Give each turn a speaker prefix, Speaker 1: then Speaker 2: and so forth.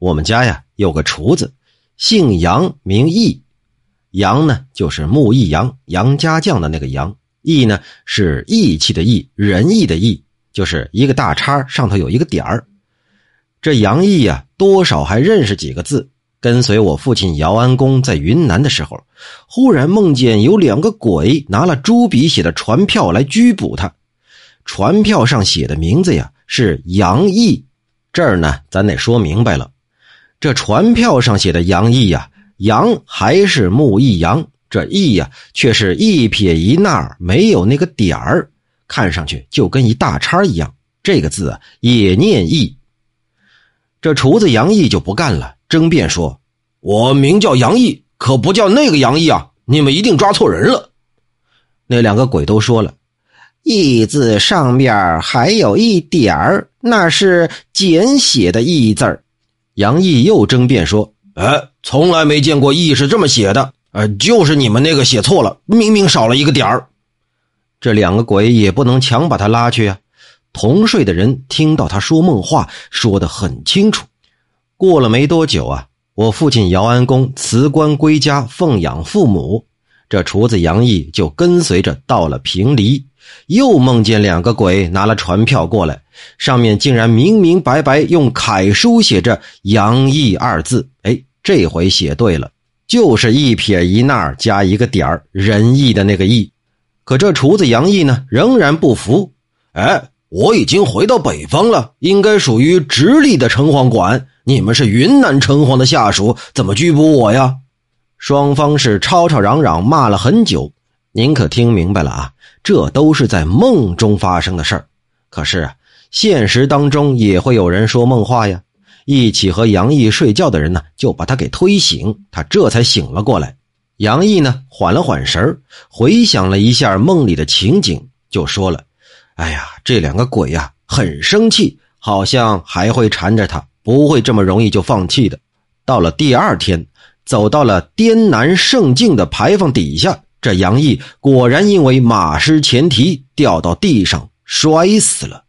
Speaker 1: 我们家呀有个厨子，姓杨名义。杨呢就是木易杨，杨家将的那个杨。义呢是义气的义，仁义的义，就是一个大叉上头有一个点儿。这杨义啊多少还认识几个字，跟随我父亲姚安公在云南的时候，忽然梦见有2个鬼拿了朱笔写的传票来拘捕他。传票上写的名字呀是杨义。这儿呢咱得说明白了，这传票上写的杨义呀，杨还是木易杨，这义呀却是一撇一捺，没有那个点儿，看上去就跟一大叉一样，这个字啊也念义。这厨子杨义就不干了，争辩说：我名叫杨义，可不叫那个杨义啊，你们一定抓错人了。那2个鬼都说了，义字上面还有一点儿，那是简写的义字儿。杨义又争辩说：从来没见过义是这么写的，就是你们那个写错了，明明少了一个点儿。这2个鬼也不能强把他拉去啊。同睡的人听到他说梦话，说得很清楚。过了没多久啊，我父亲姚安公辞官归家奉养父母，这厨子杨义就跟随着到了平黎，又梦见2个鬼拿了传票过来，上面竟然明明白白用楷书写着杨义2字。这回写对了，就是一撇一捺加一个点儿，仁义的那个义。可这厨子杨义呢仍然不服。我已经回到北方了，应该属于直隶的城隍管，你们是云南城隍的下属，怎么拘捕我呀？双方是吵吵嚷嚷骂了很久。您可听明白了啊，这都是在梦中发生的事儿。可是啊，现实当中也会有人说梦话呀。一起和杨义睡觉的人呢，就把他给推醒，他这才醒了过来。杨义呢缓了缓神，回想了一下梦里的情景，就说了：这2个鬼呀很生气，好像还会缠着他，不会这么容易就放弃的。到了第2天，走到了滇南圣境的牌坊底下，这杨义果然因为马失前蹄掉到地上摔死了。